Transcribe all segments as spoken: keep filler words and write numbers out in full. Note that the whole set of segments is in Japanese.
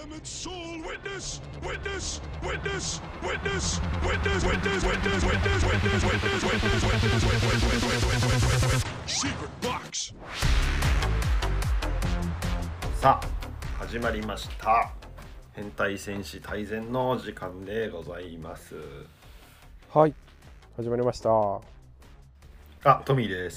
Damned soul, witness, witness, witness, witness, witness, witness, witness, witness, witness, witness, witness, witness, witness, secret box. さあ始まりました。変態戦士大全の時間でございます。 はい、始まりました。 あ、トミーです。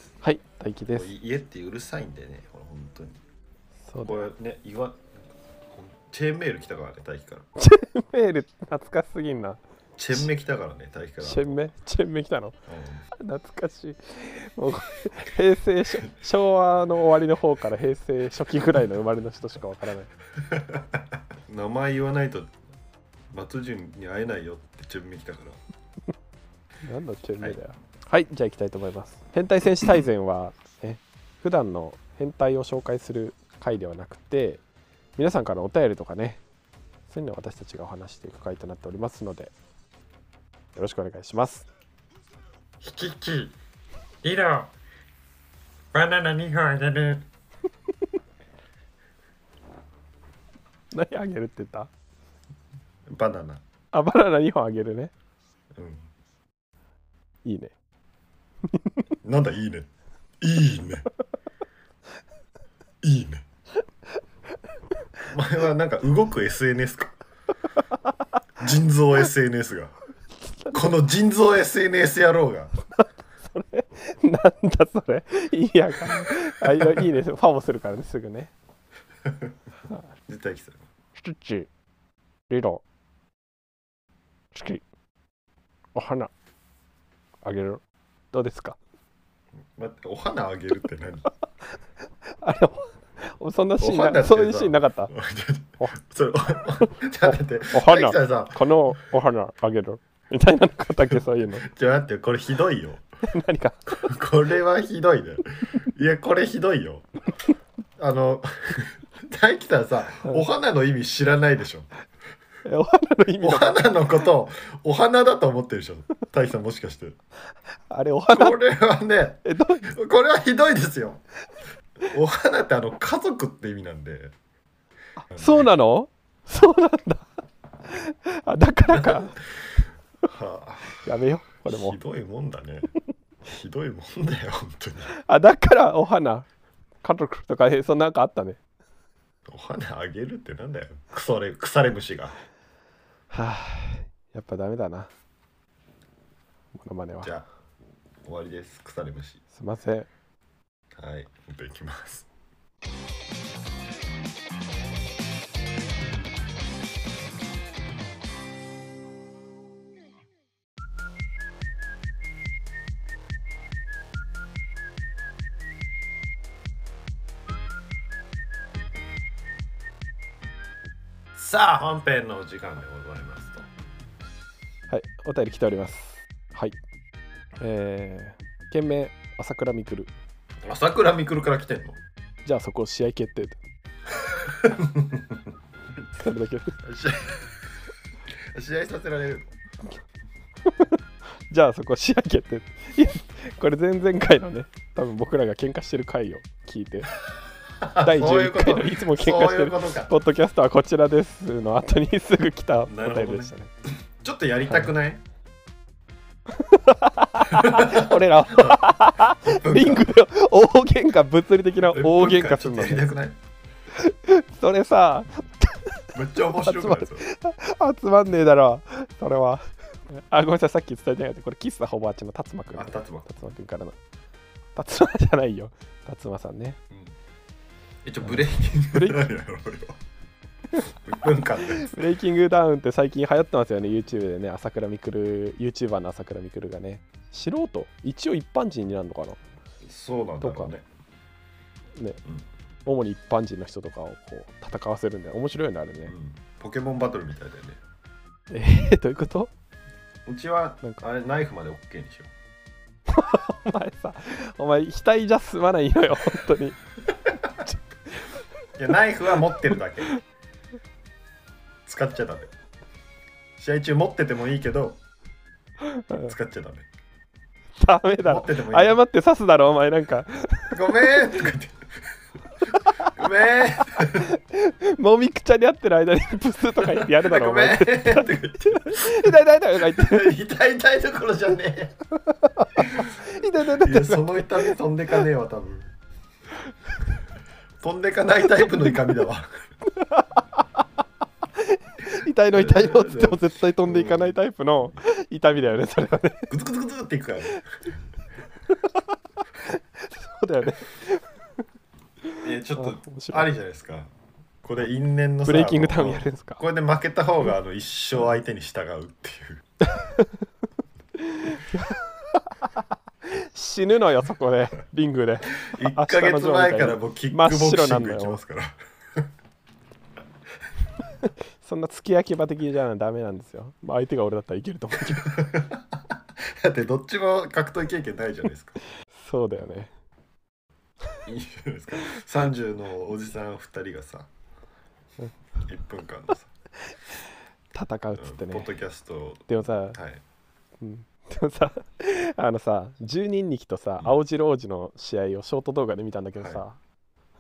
はい、大輝です。 家ってうるさいんでね、これ本当に。 そうだこれね、言わチェーンメール来たからね、大輝から。 チェーンメール懐かしすぎんな。 チェーンメ来たからね、大輝から。 チェーンメチェーンメ来たの、 うん、 懐かしい。もう平成昭和の終わりの方から平成初期ぐらいの生まれの人しかわからない。 名前言わないと松潤に会えないよってチェーンメ来たから。 何のチェーンメだよ。はい、はい、じゃあ行きたいと思います。変態戦士大全はえ普段の変態を紹介する回ではなくて、皆さんからのお便りとかね、そういうのを私たちがお話していく回となっておりますので、よろしくお願いします。 ひききリロバナナにほんあげる。 何あげるって言った？ バナナ。 あ、バナナにほんあげるね。 うん。 いいね。 なんだいいね。いいね。いいね。前はなんか動く エスエヌエス か。人造 エスエヌエス が。この人造 エスエヌエス 野郎が。 それなんだそれ。いいやかん。あ、いいね。ファもするからね、すぐね。 絶対来たよ。 スティッチ、リロ、好き、お花あげる。どうですか？ 待って、お花あげるって何？ あれそんなシーンな、そういうシーンなかった？ それ、ちょっと待って、 お花、このお花あげるみたいなのかったっけ、そういうの。 ちょ待って、これひどいよ。 何かこれはひどいね。いや、これひどいよ。あの、大輝さんさ、お花の意味知らないでしょ。 お花の意味お花のことをお花だと思ってるでしょ、大輝さん。もしかしてあれお花？ これはね、 えどこれはひどいですよ。お花ってあの家族って意味なんで。 そうなの？そうなんだ。あ、だからか。はあ、やめよこれも。 ひどいもんだね。ひどいもんだよ本当に。 あ、だからお花家族とかそんなんかあったね。 お花あげるってなんだよ。腐れ腐れ虫が。 はあ、やっぱダメだな。モノマネは。 じゃあ終わりです。腐れ虫。 すいません。 はい、本当に行きます。さあ本編のお時間でございますと。 はい、お便り来ております。はい。えー、件名朝倉未来。 朝倉未来から来てんの？ じゃあそこ試合決定で。それだけ。 試合させられるの？ じゃあそこ試合決定。いや、これ前々回のね、多分僕らが喧嘩してる回を聞いて。だいじゅういっかいのいつも喧嘩してるポッドキャストはこちらですの後にすぐ来たお便りでしたね。 ちょっとやりたくない？ はい、俺らリングで大喧嘩、物理的な大喧嘩するのね。 やりたくない？ それさめっちゃ面白くないですよ。集まんねえだろそれは。あ、ごめんなさい、さっき伝えてなかった。これ喫茶ほぼあっちの達馬くん、ね、 達馬くんからの達馬じゃないよ、達馬さんね。うん、 一応ブレイキングダウンやろうよ。文化でブレイキングダウンって最近流行ってますよね、 YouTube でね。朝倉未来 YouTuber の朝倉未来がね、素人一応一般人になるのかな。 そうなんだろうね。 ね、うん、主に一般人の人とかをこう戦わせるんで面白いのあるね、うん、 ポケモンバトルみたいだよね。 えー、どういうこと？ うちはなんかあれナイフまで OK にしよう。お前さ、お前額じゃ済まないのよ本当に。 いや、ナイフは持ってるだけ。使っちゃダメ。試合中持っててもいいけど使っちゃダメ。 ダメだろ。謝って刺すだろお前。なんかごめんとか言ってごめんもみくちゃに合ってる間にプスとか言ってやるだろお前。 痛い痛い痛い痛いとか言って痛い痛いところじゃねえ。 痛い痛い痛いいやその痛み飛んでかねえわ多分。飛んでかないタイプの痛みだわ。 痛いの痛いのっつっても絶対飛んでいかないタイプの痛みだよねそれはね。 グツグツグツっていくからね。 そうだよね。 いやちょっあ面と白いありじゃないですか。これ因縁のさブレイキングダウンやるんですか。 これで負けた方があの一生相手に従うっていう。 死ぬのよそこでリングで。 いっかげつまえからもうキックボクシングいきますから。 そんな付き焼き場的じゃダメなんですよ。相手が俺だったらいけると思うけど。 だってどっちも格闘技経験ないじゃないですか。 そうだよね。 いいじゃないですか。さんじゅうのおじさんふたりがさいっぷんかんのさ戦うっつってね。 ポッドキャストでもさ、 はい、 うん、でもさあのさじゅうにん力とさ青白王子の試合をショート動画で見たんだけどさ、はい、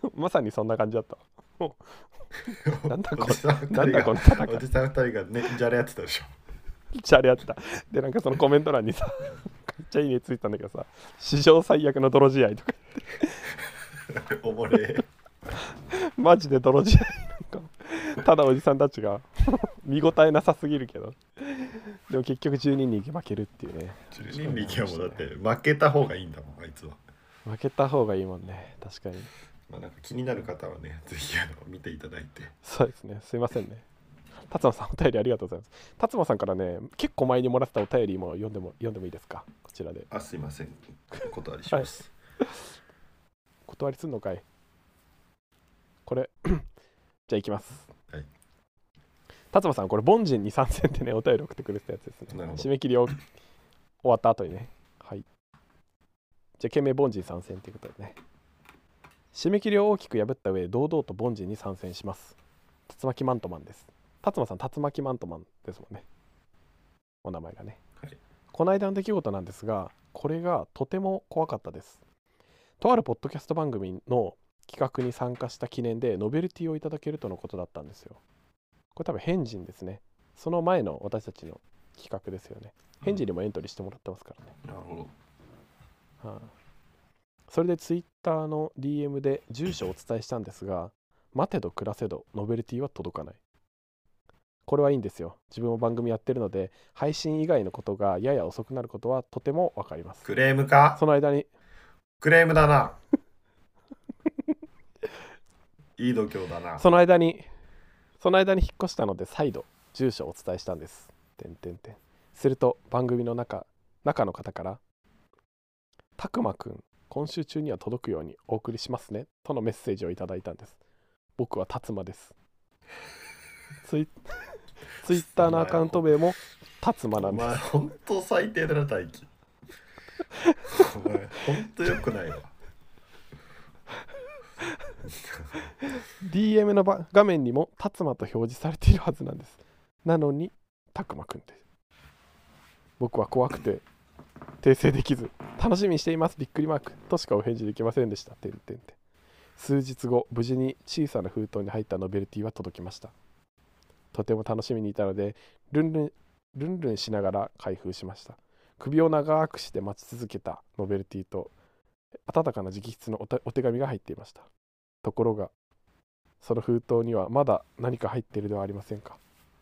まさにそんな感じだった。なんだこなんだこの戦い。 おじさんふたりがねじゃれやってたでしょ。 じゃれやってた。でなんかそのコメント欄にさめっちゃいいねついたんだけどさ、史上最悪の泥試合とか言っておもれマジで泥試合なんかただおじさんたちが見応えなさすぎるけど、でも結局じゅうにんに負けるっていうね。 じゅうにんにはもうだって負けた方がいいんだもんあいつは。 負けた方がいいもんね確かに。 まあなんか気になる方はねぜひあの見ていただいて。 そうですね、すいませんね。辰馬さんお便りありがとうございます。辰馬さんからね結構前にもらったお便りも読んでも読んでもいいですか、こちらで。 あすいませんお断りします、 はい、断りすんのかいこれじゃあいきます。はい、辰馬さんこれ凡人に参戦ってねお便り送ってくれたやつですね。締め切りを終わった後にね。はい、じゃあ懸命凡人参戦ということでね、締め切りを大きく破った上堂々と凡人に参戦します。竜巻マントマンです。辰馬さん竜巻マントマンですもんね、お名前がね。はい、この間の出来事なんですが、これがとても怖かったです。とあるポッドキャスト番組の企画に参加した記念でノベルティをいただけるとのことだったんですよ。これ多分変人ですね。その前の私たちの企画ですよね。変人にもエントリーしてもらってますからね。 なるほど。 はあ、それでツイッターの ディーエム で住所をお伝えしたんですが、待てど暮らせどノベルティは届かない。これはいいんですよ。自分も番組やってるので配信以外のことがやや遅くなることはとてもわかります。 クレームか。 その間にクレームだな。いい度胸だな。 その間にその間に引っ越したので再度住所をお伝えしたんです。てんてんてん。すると番組の中中の方からたくまくん今週中には届くようにお送りしますねとのメッセージをいただいたんです。僕は達馬です。ツイツイッターのアカウント名も達馬なんです。 お前ほんと最低だな大輝。お前ほんとよくないわ。 ディーエム の画面にも達馬と表示されているはずなんです。なのにたくまくんです。僕は怖くて訂正できず、楽しみにしていますびっくりマークとしかお返事できませんでした。てんてんてん。数日後、無事に小さな封筒に入ったノベルティは届きました。とても楽しみにいたのでルンルンルンルンしながら開封しました。首を長くして待ち続けたノベルティと温かな直筆の お, お手紙が入っていました。ところがその封筒にはまだ何か入っているではありませんか。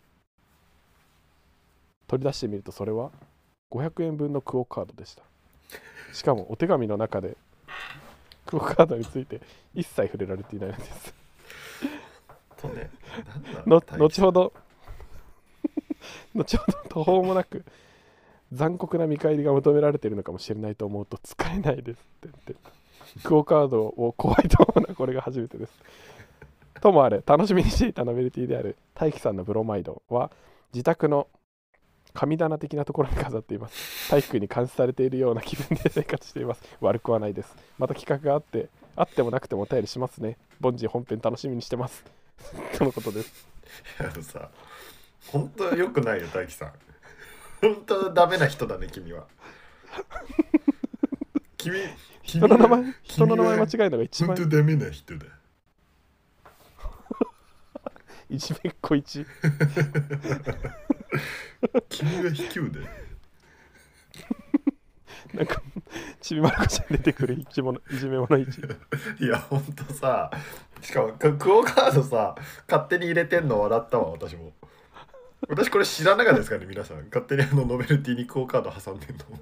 取り出してみるとそれはごひゃくえんぶんのクオカードでした。しかもお手紙の中でクオカードについて一切触れられていないのです。 とね、 の後ほど後ほど途方もなく残酷な見返りが求められているのかもしれないと思うと使えないですって言って、クオカードを怖いと思うのはこれが初めてです。ともあれ楽しみにしていたノベルティである大輝さんのブロマイドは自宅の神棚的なところに飾っています。大輝くんに監視されているような気分で生活しています。悪くはないです。また企画があってあってもなくてもお便りしますね。凡人本編楽しみにしてますとのことです。 あのさ、本当は良くないよ大輝さん。本当ダメな人だね君は。君、君人の名前人の名前間違えるのが一番本当ダメな人だ。 いじめっ子いち君が卑怯だよ。 なんかちびまる子ちゃん出てくるいじものいじめ者いちいやほんとさ、しかもクオカードさ勝手に入れてんの笑ったわ。私も私これ知らなかったですかね皆さん。勝手にあのノベルティにクオカード挟んでんの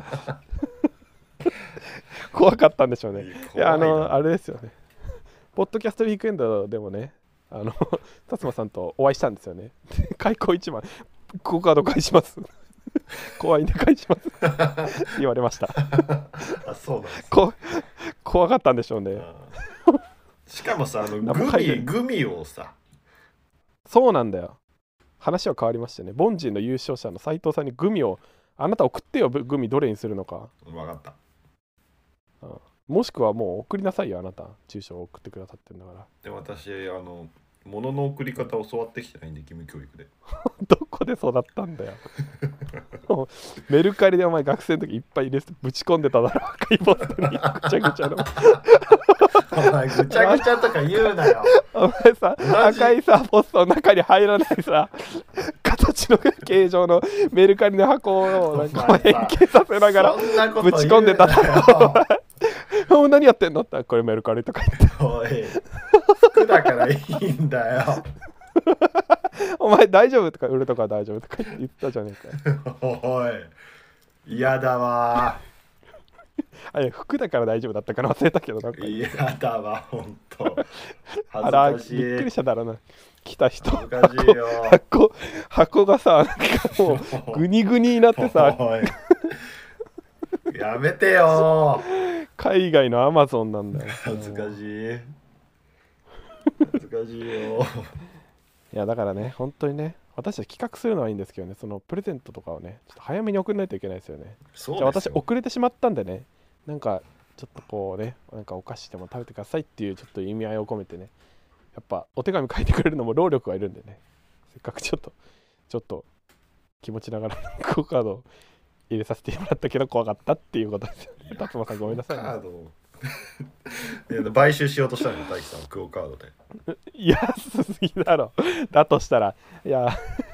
怖かったんでしょうね。いやあ怖いなのあれですよね、ポッドキャストウィークエンドでもね、あの辰馬さんとお会いしたんですよね。開口一番クオカード返します怖いんで返します言われましたあ、そうなんです、ね、 こ怖かったんでしょうね。 しかもさ、あの生グ書いてるミグミをさ、 そうなんだよ。話は変わりましてね、凡人の優勝者の斉藤さんにグミをあなた送ってよ、グミどれにするのか。 分かった。 うん、もしくはもう送りなさいよ、あなた住所を送ってくださってるんだから。 で私あの物の送り方を教わってきてないんで、義務教育でどこで育ったんだよメルカリでお前学生の時いっぱい入れてぶち込んでただろ、赤いポストにぐちゃぐちゃのお前ぐちゃぐちゃとか言うなよお前さ、赤いさポストの中に入らないさ形の形状のメルカリの箱をなんか変形させながらぶち込んでただろお何やってんのってこれメルカリとか言っておい服だからいいんだよお前大丈夫とか売るとか大丈夫とか言ったじゃねえかおい嫌だわあれ服だから大丈夫だったから忘れたけどなんか嫌だわほんと恥ずあらかしい。 びっくりしただろうな来た人恥ずかしいよ箱箱がさなんかもうグニグニになってさおいやめてよ海外のアマゾンなんだよ。 恥ずかしい恥ずかしいよいやだからね本当にね私たち企画するのはいいんですけどね、そのプレゼントとかをねちょっと早めに送らないといけないですよね。 そうじゃあですよ。 私遅れてしまったんでね、なんかちょっとこうねなんかお菓子でも食べてくださいっていうちょっと意味合いを込めてね、やっぱお手紙書いてくれるのも労力がいるんでね、せっかくちょっとちょっと気持ちながらクオカードを入れさせてもらったけど怖かったっていうことですよね。辰馬さんごめんなさい、ね、 カードをいや買収しようとしたのよ大樹さん、クオカードで。 安すぎだろだとしたらいや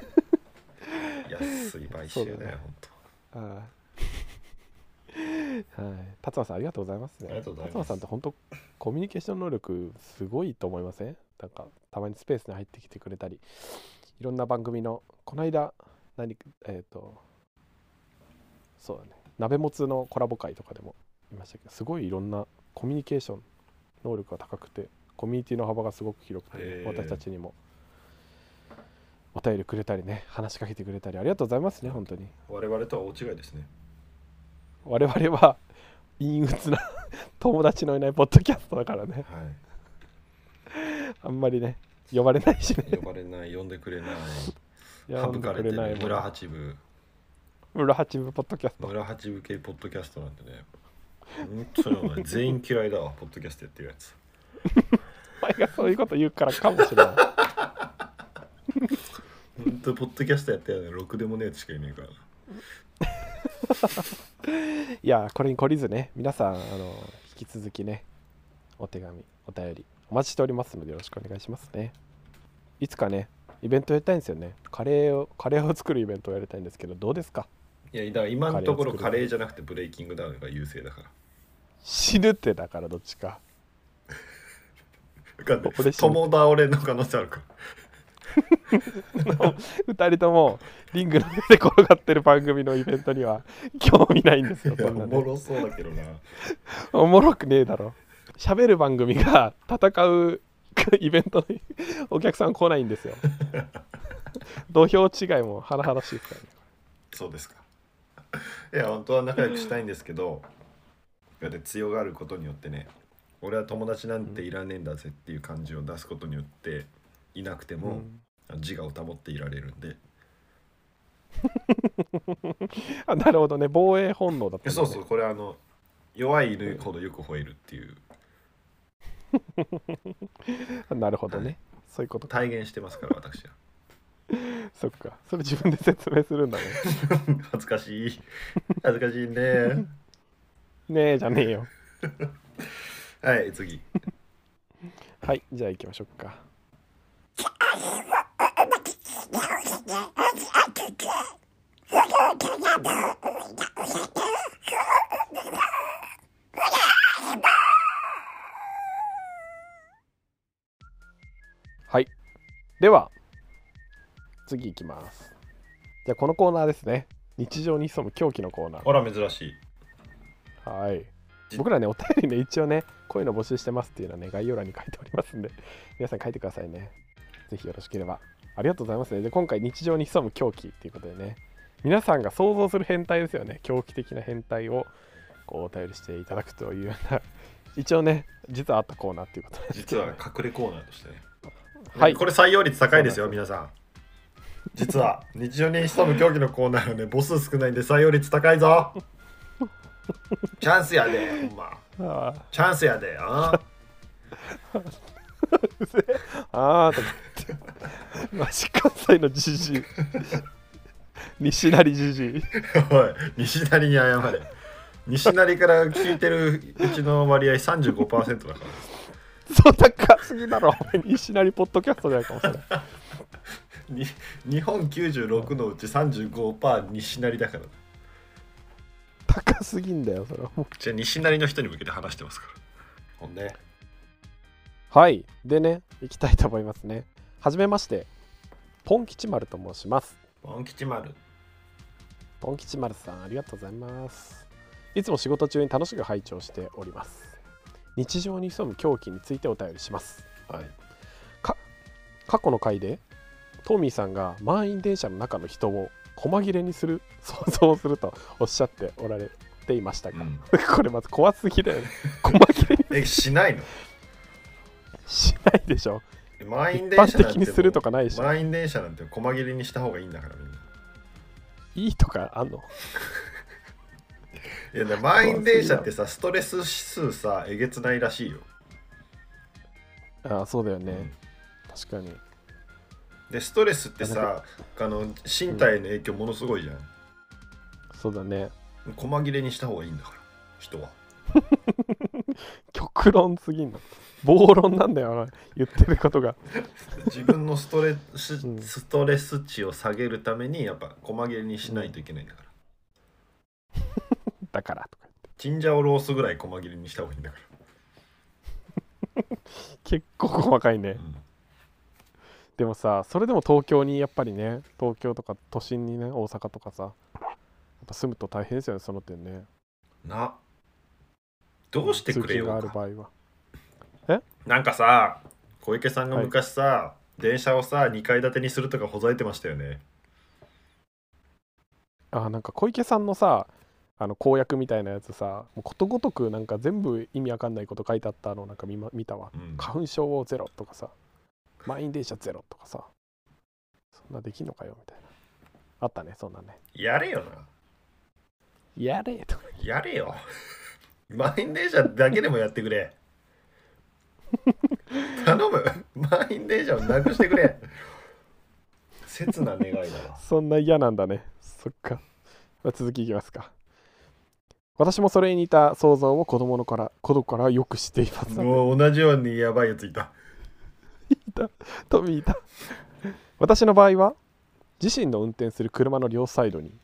安い買収だよ、 そうだねほんと。 はい、辰馬さんありがとうございますね。 ありがとうございます辰馬さんって本当コミュニケーション能力すごいと思いません？なんかたまにスペースに入ってきてくれたり、いろんな番組のこの間何えっ、ー、とそうだね鍋もつのコラボ会とかでもいましたけど、すごいいろんなコミュニケーション能力が高くて、コミュニティの幅がすごく広くて、ね、私たちにもお便りくれたりね、話しかけてくれたりありがとうございますね。本当に我々とは大違いですね。 我々は陰鬱な友達のいないポッドキャストだからね、 はい、 あんまりね呼ばれないしね呼ばれない、呼んでくれない、 呼んで省かれてくれないる村八部村八部ポッドキャスト村八部系ポッドキャストなんてね、本当にお前全員嫌いだわポッドキャストやってるやつお前がそういうこと言うからかもしれない本当ポッドキャストやってるのろくでもねえやつしかいねえからな。 いやこれに懲りずね、皆さんあの引き続きねお手紙お便りお待ちしておりますのでよろしくお願いしますね。いつかねイベントやりたいんですよね。カレーをカレーを作るイベントをやりたいんですけどどうですか？ いやだから今のところカレーじゃなくてブレイキングダウンが優勢だから。 死ぬってだからどっちか友倒れの可能性あるかふたりともリングの上で転がってる番組のイベントには興味ないんですよ。 いやそんなねおもろそうだけどな。 おもろくねえだろ。喋る番組が戦うイベントにお客さん来ないんですよ土俵違いも甚だしいですからね。 そうですか。いや本当は仲良くしたいんですけど、で強がることによってね、俺は友達なんていらねえんだぜっていう感じを出すことによっていなくても自我を保っていられるんで、 あなるほどね、防衛本能だった、ね、 そうそう、これあの弱い犬ほどよく吠えるっていうなるほどね、 はい、 そういうこと体現してますから私は。 そっか、それ自分で説明するんだね恥ずかしい恥ずかしいねねえじゃねえよはい次はい、じゃあ行きましょうか。 はい。では、次いきます。じゃあこのコーナーですね。日常に潜む狂気のコーナー。 あら、珍しい。 はい。僕らね、お便りね、一応ね、こういうの募集してますっていうのはね、概要欄に書いておりますんで、皆さん書いてくださいね。ぜひよろしければ。ありがとうございますね。で、今回、日常に潜む狂気っていうことでね、皆さんが想像する変態ですよね。狂気的な変態をこうお便りしていただくというような、一応ね、実はあったコーナーっていうことなんですけど、 実は隠れコーナーとしてね。 はい。 これ採用率高いですよ、皆さん。実は、日常に潜む狂気のコーナーはね、母数少ないんで採用率高いぞ。チャンスやで、ほんま。 ああチャンスやで、ああーとか言って、マジ関西のじじい。西成じじい。 おい、西成に謝れ。西成から聞いてるうちの割合 さんじゅうごパーセント だから。 そう高すぎだろ、お前西成ポッドキャストじゃないかもしれない。 に日本きゅうじゅうろくのうち さんじゅうごパーセント 西成だから。 高すぎんだよ、それはもう。 じゃあ西成の人に向けて話してますから。ほんで。 はい。でね、行きたいと思いますね。はじめまして、ポン吉丸と申します。 ポン吉丸。 ポン吉丸さん、ありがとうございます。いつも仕事中に楽しく拝聴しております。日常に潜む狂気についてお便りします。はい。か過去の回で、トミーさんが満員電車の中の人を細切れにする想像をするとおっしゃっておられていましたが、うん、これまず怖すぎだよね。細切れにえしないの？ しないでしょ。 満員電車なんて一般的にするとかないでしょ。 満員電車なんて細切れにした方がいいんだからみんな。 いいとかあんの？ いやだ満員電車ってさストレス指数さえげつないらしいよ。 ああそうだよね、うん、確かに。 でストレスってさあの身体への影響ものすごいじゃん、うん、 そうだね。 細切れにした方がいいんだから人は。 極論すぎんの。暴論なんだよ言ってることが。 自分のストレス、うん、ストレス値を下げるためにやっぱ細切れにしないといけないんだから、 うん、だからとか言ってチンジャオロースぐらい細切れにした方がいいんだから。 結構細かいね、うん、でもさそれでも東京にやっぱりね東京とか都心にね大阪とかさやっぱ住むと大変ですよねその点ね。 などうしてくれようか。 通勤がある場合はえなんかさ小池さんが昔さ、はい、電車をさにかい建てにするとかほざいてましたよね。 あなんか小池さんのさあの公約みたいなやつさもうことごとくなんか全部意味わかんないこと書いてあったのなんか 見, ま見たわ、うん、花粉症をゼロとかさ満員電車ゼロとかさそんなできんのかよみたいなあったねそんなね。 やれよなやれとかやれよ満員電車だけでもやってくれ頼む満員電車をなくしてくれ切な願いだわ。 そんな嫌なんだね。そっか、まあ、続きいきますか。私もそれに似た想像を子供のから子供からよく知っています。 もう同じようにやばいやついたいたトミーいた私の場合は自身の運転する車の両サイドに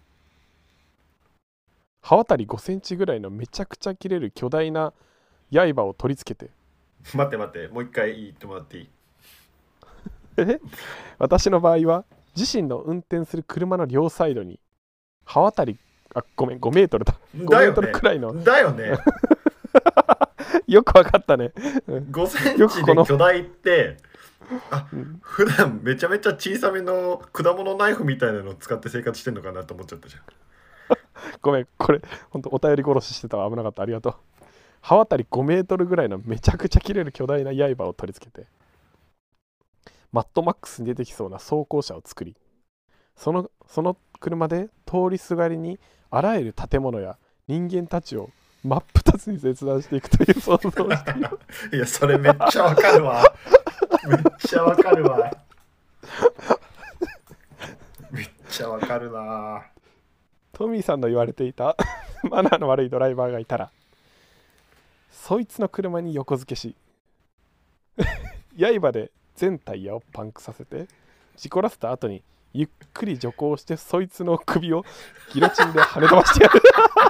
刃渡りごセンチぐらいのめちゃくちゃ切れる巨大な刃を取り付けて待って待ってもう一回言ってもらっていいえ私の場合は自身の運転する車の両サイドに刃渡りあごめんごメートルだごメートルくらいのだよねよくわかったねごセンチで巨大ってあ、うん、普段めちゃめちゃ小さめの果物ナイフみたいなのを使って生活してんのかなと思っちゃったじゃんごめんこれほんとお便り殺ししてたわ危なかったありがとう。刃渡りごメートルぐらいのめちゃくちゃ切れる巨大な刃を取り付けてマッドマックスに出てきそうな装甲車を作りそのその車で通りすがりにあらゆる建物や人間たちを真っ二つに切断していくという想像をしています。 いやそれめっちゃわかるわめっちゃわかるわめっちゃわかるな。 トミーさんの言われていたマナーの悪いドライバーがいたらそいつの車に横付けし刃で全タイヤをパンクさせて事故らせた後にゆっくり徐行してそいつの首をギロチンで跳ね飛ばしてやる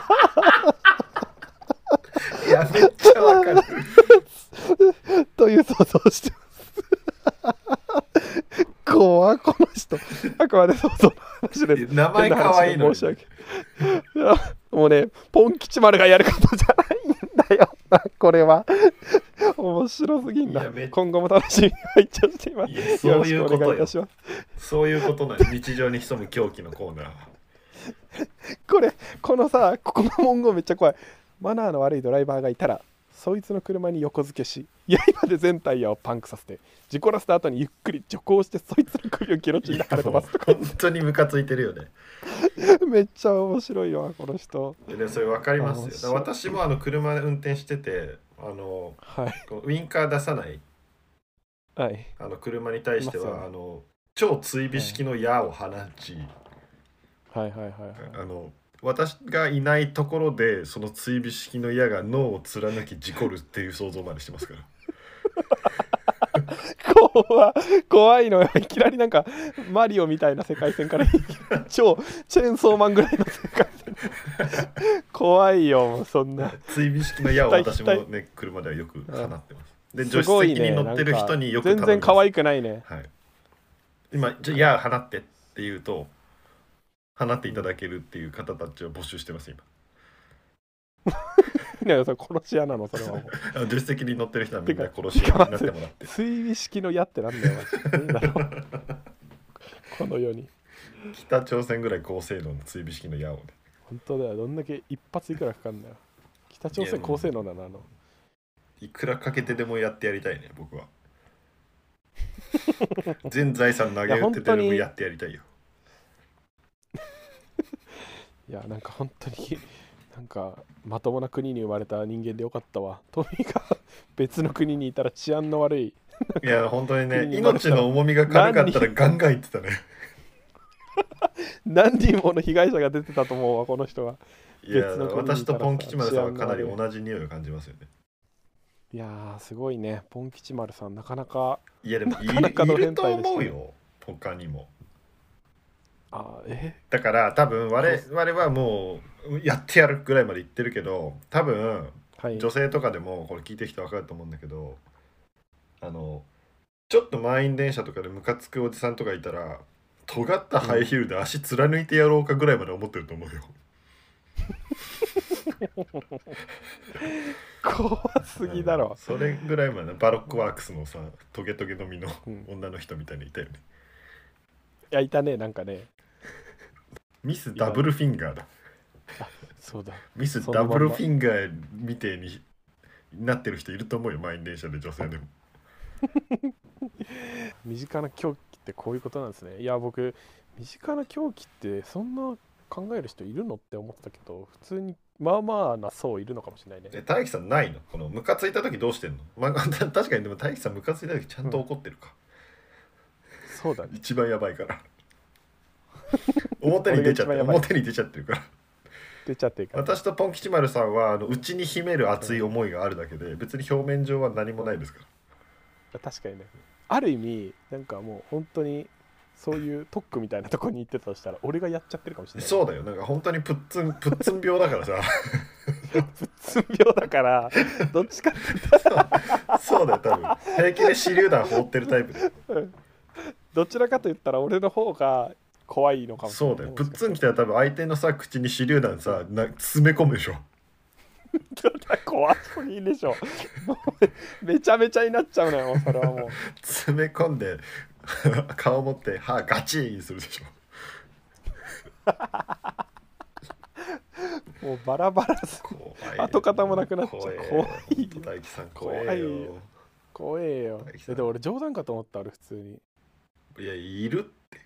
いやめっちゃわかるという想像をしてます怖いこの人あくまで想像の話です名前かわいいのに申し訳いやもうねポン吉丸がやることじゃないんだよこれは面白すぎんな。今後も楽しみに拝聴しています。 いやそういうことよ。 よろしくお願いいたします。 そういうことなんです。日常に潜む狂気のコーナーはこれこのさここの文言めっちゃ怖い。マナーの悪いドライバーがいたらそいつの車に横付けし刃で全タイヤをパンクさせて事故らせた後にゆっくり徐行してそいつの首をギロチンで跳ね飛ばすとか本当にムカついてるよねめっちゃ面白いわこの人。 でそれ分かりますよ。私もあの車で運転しててあの、 はい、 こうウインカー出さない、 はい、 あの車に対しては、 ね、 あの超追尾式の矢を放ち、 はい、はいはいはいはいあの私がいないところでその追尾式の矢が脳を貫き事故るっていう想像までしてますから怖怖いのよ。いきなりなんかマリオみたいな世界線から超チェーンソーマンぐらいの世界線怖いよそんな追尾式の矢を私もね車ではよく放ってます。で助手席に乗ってる人によく頼みます。 全然可愛くないね、 はい、今じゃ矢放ってって言うと放っていただけるっていう方たちを募集してます今いやそれ殺し屋なのそれはもう助手席に乗ってる人はみんな殺し屋になってもらって追尾式の矢ってなんだよなんだろうこの世に北朝鮮ぐらい高性能の追尾式の矢をね。 本当だよ。どんだけ一発いくらかかんだよ。北朝鮮高性能だなあのいくらかけてでもやってやりたいね僕は全財産投げ打ってでもやってやりたいよ。 いやなんか本当になんかまともな国に生まれた人間でよかったわ。トミーが別の国にいたら治安の悪いいや本当にね命の重みが軽かったらガンガン言ってたね何人もの被害者が出てたと思うわこの人は。 いや私とポン吉丸さんはかなり同じ匂いを感じますよね。 いやーすごいねポン吉丸さんなかなかいやでもい る, なかなかいると思うよ他にも。 あえだから多分我々はもうやってやるぐらいまで言ってるけど多分、はい、女性とかでもこれ聞いてきて分かると思うんだけどあのちょっと満員電車とかでムカつくおじさんとかいたら尖ったハイヒールで足貫いてやろうかぐらいまで思ってると思うよ怖すぎだろ、 うん、それぐらいまでバロックワークスのさトゲトゲのみの女の人みたいにいたよね、うん、いやいたねなんかねミスダブルフィンガーだ。 そうだミスダブルフィンガーみてえになってる人いると思うよ満員電車で女性でも身近な狂気ってこういうことなんですね。いや僕身近な狂気ってそんな考える人いるのって思ってたけど普通にまあまあな層いるのかもしれないね。 え大樹さんないのこのムカついた時どうしてんの、まあ、確かにでも大樹さんムカついた時ちゃんと怒ってるか、 うん、そうだね一番やばいから表に出ちゃって表に出ちゃってるから出ちゃってるから私とポン吉丸さんはあの内に秘める熱い思いがあるだけで別に表面上は何もないですから。 確かにねある意味なんかもう本当にそういう特区みたいなとこに行ってたとしたら俺がやっちゃってるかもしれない。 そうだよなんか本当にプッツンプッツン病だからさプッツン病だからどっちかって言ったらそうだよ多分平気で手榴弾放ってるタイプでどちらかと言ったら俺の方が怖いのかもしれない。 そうだよプッツン来たら多分相手のさ口に手榴弾さな詰め込むでしょ怖すぎでしょめちゃめちゃになっちゃうのよそれはもう詰め込んで顔持って歯ガチーンするでしょもうバラバラす跡形もなくなっちゃう。怖い大樹さん怖いよ怖いよ。えでも俺冗談かと思った俺普通に。 いやいるって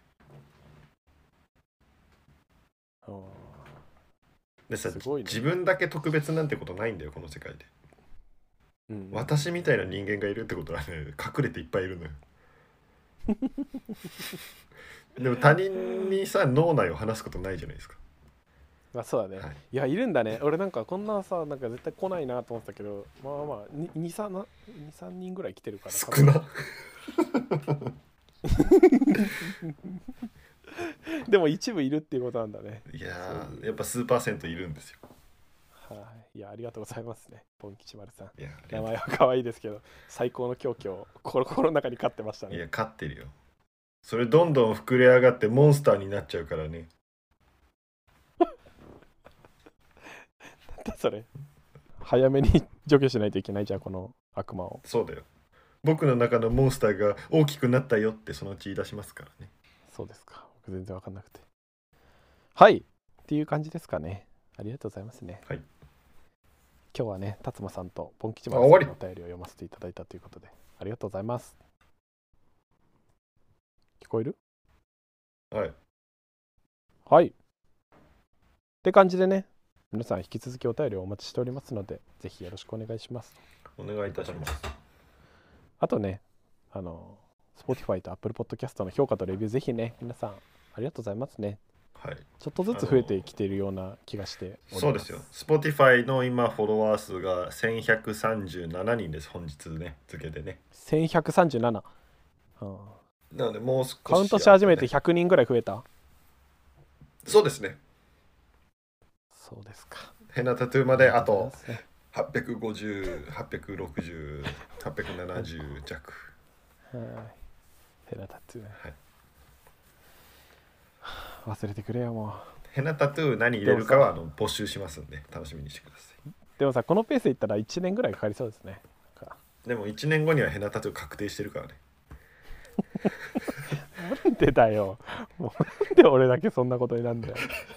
でさ、ね、自分だけ特別なんてことないんだよこの世界で、うん、私みたいな人間がいるってことはね隠れていっぱいいるのよでも他人にさ脳内を話すことないじゃないですか。 まあそうだね、 はい、 いやいるんだね。俺なんかこんなさなんか絶対来ないなと思ってたけど、まあまあにさんにんぐらい来てるから少なでも一部いるっていうことなんだね。 いやーやっぱ数パーセントいるんですよ。 はい、いやありがとうございますね、ポン吉丸さん。 いや名前は可愛いですけど、最高の狂気を心の中に飼ってましたね。 いや勝ってるよ。それどんどん膨れ上がってモンスターになっちゃうからね。 なんだそれ。早めに除去しないといけないじゃん、この悪魔を。 そうだよ。僕の中のモンスターが大きくなったよってそのうち言い出しますからね。 そうですか。僕全然わかんなくて。はい。っていう感じですかね。ありがとうございますね。 はい。 今日はね、辰馬さんとポン吉丸さんのお便りを読ませていただいたということで、ありがとうございます。聞こえる？ はい。 はい。って感じでね、皆さん引き続きお便りをお待ちしておりますので、ぜひよろしくお願いします。 お願いいたします。 あとね、あの、Spotify と Apple Podcast の評価とレビュー、ぜひね、皆さんありがとうございますね。 はい。 ちょっとずつ増えてきているような気がしております。 そうですよ。Spotify の今フォロワー数がせんひゃくさんじゅうななにんです。本日ね、付けでね。 せんひゃくさんじゅうなな。うん、 なのでもう少し、ね、 カウントし始めてひゃくにんぐらい増えた？ そうですね。 そうですか。 ヘナタトゥーまであとはっぴゃくごじゅう、はっぴゃくろくじゅう、はっぴゃくななじゅう弱。 はい。ヘナタトゥー、 はい。 忘れてくれよもう。 ヘナタトゥー何入れるかはあの募集しますんで楽しみにしてください。 でもさ、このペースでいったらいちねんぐらいかかりそうですね。 でもいちねんごにはヘナタトゥー確定してるからね。 なんでだよ。もうなんで俺だけそんなことになんだよ。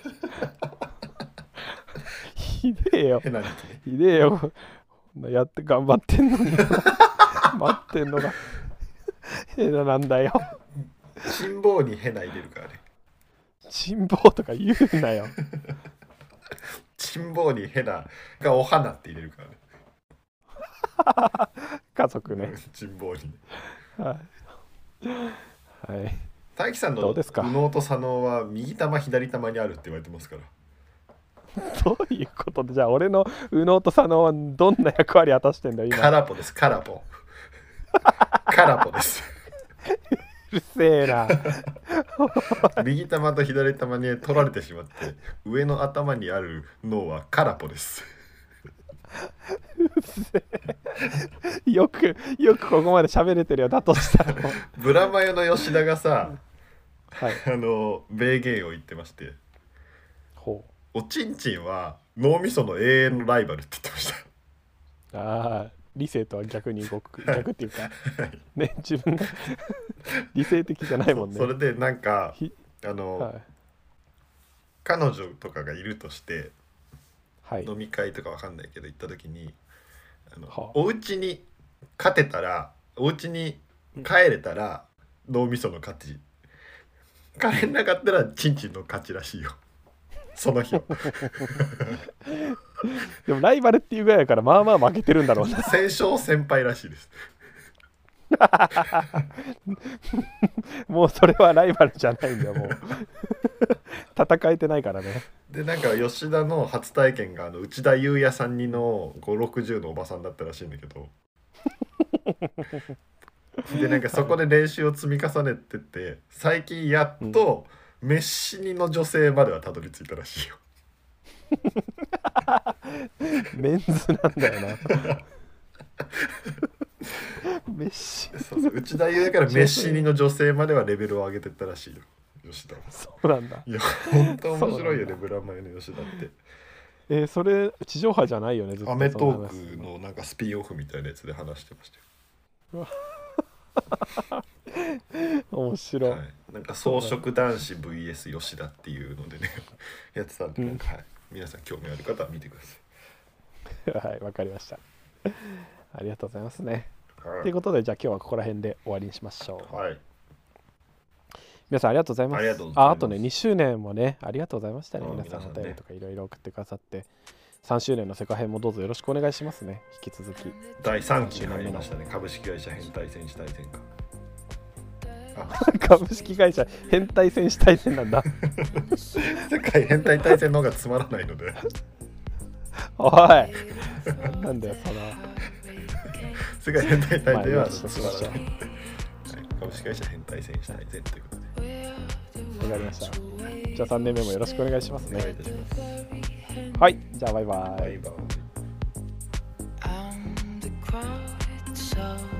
ひでえよ。 ヘナにね。 ひでえよ。やって頑張ってんのに待ってんのがヘナなんだよ。 辛抱にヘナ入れるからね。 辛抱とか言うなよ。 辛抱にヘナがお花って入れるからね。 家族ね。 辛抱に。 はい。はい。 大樹さんの右脳と左脳は右玉左玉にあるって言われてますから。 どういうことで、じゃあ俺の右脳と左脳はどんな役割を果たしてんだよ今。 カラポです。カラポ。カラポです。 うるせえな。 右玉と左玉に取られてしまって上の頭にある脳はカラポです。 よくよくここまで喋れてるよ。だとしたらブラマヨの吉田がさ、 はい、 あの名言を言ってまして、 ほう、 おちんちんは脳みその永遠のライバルって言ってました。 ああ、理性とは逆に動く、逆っていうかね、自分が理性的じゃないもんね。 そ, それでなんかあの、 はい、 彼女とかがいるとして、 はい、 飲み会とかわかんないけど行った時にあの、 はあ、 お家に勝てたらお家に帰れたら脳みその勝ち、帰れなかったらチンチンの勝ちらしいよその日は。 でもライバルっていうぐらいだからまあまあ負けてるんだろうな。 戦勝先輩らしいです。 もうそれはライバルじゃないんだよ、もう戦えてないからね。 でなんか吉田の初体験があの内田裕也さんにのごじゅうろくじゅうのおばさんだったらしいんだけどでなんかそこで練習を積み重ねてって最近やっとメッシニの女性まではたどり着いたらしいよ。 メンズなんだよな。メッシ、 そうそう、内田裕也からメッシニの女性まではレベルを上げてったらしいよ吉田は。 そうなんだ。 いや本当面白いよねブラマヨの吉田って。 えー、それ地上波じゃないよね。ずっとアメトークのなんかスピンオフみたいなやつで話してましたよ。 面白い、 はい、なんか草食男子 ブイエス 吉田っていうのでねやってたんで、うん、はい、皆さん興味ある方は見てください。 はい、わかりました。ありがとうございますね。と、 はい、 いうことでじゃあ今日はここら辺で終わりにしましょう。 はい、 皆さんありがとうございます。 ありがとうございます。 あ、あとねにしゅうねんもねありがとうございましたね。皆さんお便りとかいろいろ送ってくださって、さんしゅうねんの世界編もどうぞよろしくお願いしますね。引き続きだいさんきに入りましたね。株式会社変態戦士大戦が株式会社変態戦士大戦なんだ。 世界変態大戦の方がつまらないので。 おいなんだよその世界変態大戦はつまらない、 まあいいや株式会社変態戦士大戦ということで。 わかりました。じゃあさんねんめもよろしくお願いしますお願いいね。 たします。 はいじゃあバイバイ。 バイバイ。 I'm the crowd, so